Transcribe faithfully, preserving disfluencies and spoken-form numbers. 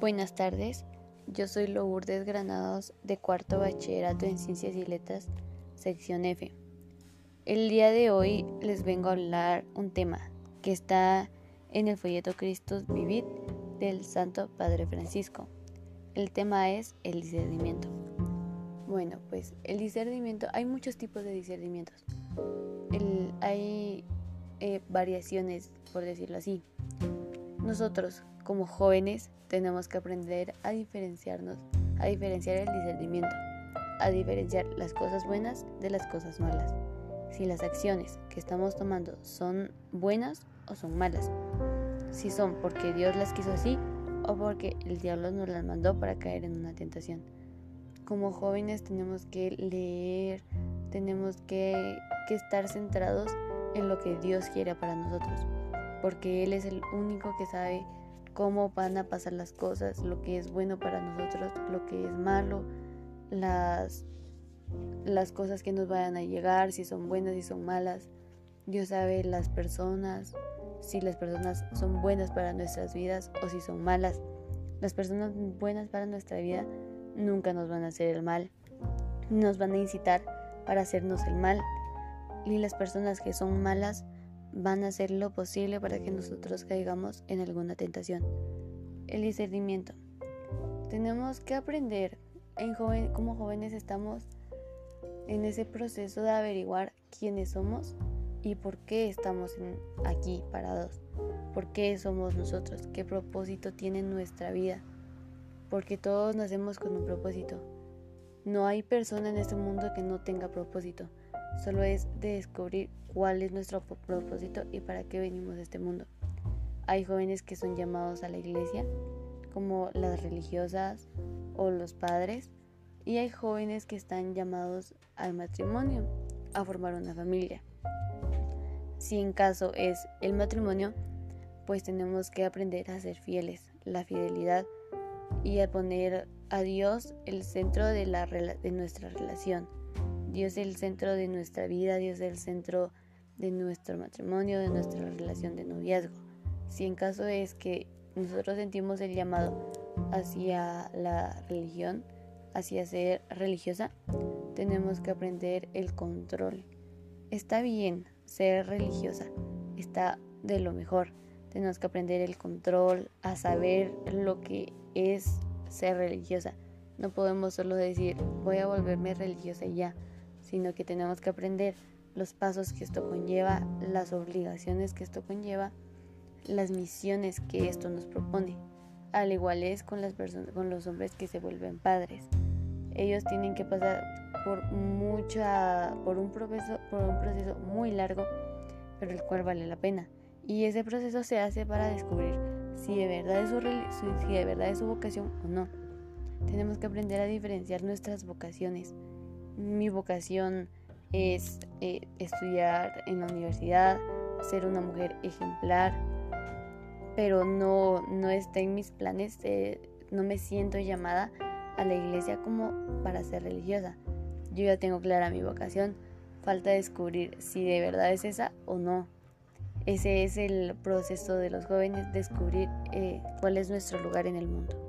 Buenas tardes, yo soy Lourdes Granados de cuarto bachillerato en Ciencias y Letras, sección F. El día de hoy les vengo a hablar un tema que está en el folleto Christus Vivit del Santo Padre Francisco. El tema es el discernimiento. Bueno, pues el discernimiento, hay muchos tipos de discernimientos. El, hay eh, variaciones, por decirlo así. Nosotros, como jóvenes, tenemos que aprender a diferenciarnos, a diferenciar el discernimiento, a diferenciar las cosas buenas de las cosas malas. Si las acciones que estamos tomando son buenas o son malas. Si son porque Dios las quiso así o porque el diablo nos las mandó para caer en una tentación. Como jóvenes tenemos que leer, tenemos que, que estar centrados en lo que Dios quiere para nosotros, porque Él es el único que sabe cómo van a pasar las cosas, lo que es bueno para nosotros, lo que es malo, las, las cosas que nos vayan a llegar, si son buenas, si son malas. Dios sabe las personas, si las personas son buenas para nuestras vidas o si son malas. Las personas buenas para nuestra vida nunca nos van a hacer el mal, nos van a incitar para hacernos el mal, y las personas que son malas van a hacer lo posible para que nosotros caigamos en alguna tentación. El discernimiento. Tenemos que aprender, en joven, como jóvenes estamos en ese proceso de averiguar quiénes somos y por qué estamos en, aquí parados, por qué somos nosotros, qué propósito tiene nuestra vida, porque todos nacemos con un propósito. No hay persona en este mundo que no tenga propósito. Solo es de descubrir cuál es nuestro propósito y para qué venimos a este mundo. Hay jóvenes que son llamados a la iglesia, como las religiosas o los padres, y hay jóvenes que están llamados al matrimonio, a formar una familia. Si en caso es el matrimonio, pues tenemos que aprender a ser fieles, la fidelidad, y a poner a Dios el centro de, la, de nuestra relación. Dios es el centro de nuestra vida, Dios es el centro de nuestro matrimonio, de nuestra relación de noviazgo. Si en caso es que nosotros sentimos el llamado hacia la religión, hacia ser religiosa, tenemos que aprender el control. Está bien ser religiosa, está de lo mejor. Tenemos que aprender el control, a saber lo que es ser religiosa. No podemos solo decir, voy a volverme religiosa y ya, sino que tenemos que aprender los pasos que esto conlleva, las obligaciones que esto conlleva, las misiones que esto nos propone. Al igual es con las personas, con los hombres que se vuelven padres. Ellos tienen que pasar por mucha, por un proceso, por un proceso muy largo, pero el cual vale la pena. Y ese proceso se hace para descubrir si de verdad es su, si de verdad es su vocación o no. Tenemos que aprender a diferenciar nuestras vocaciones. Mi vocación es eh, estudiar en la universidad, ser una mujer ejemplar, pero no, no está en mis planes, eh, no me siento llamada a la iglesia como para ser religiosa. Yo ya tengo clara mi vocación, falta descubrir si de verdad es esa o no. Ese es el proceso de los jóvenes, descubrir eh, cuál es nuestro lugar en el mundo.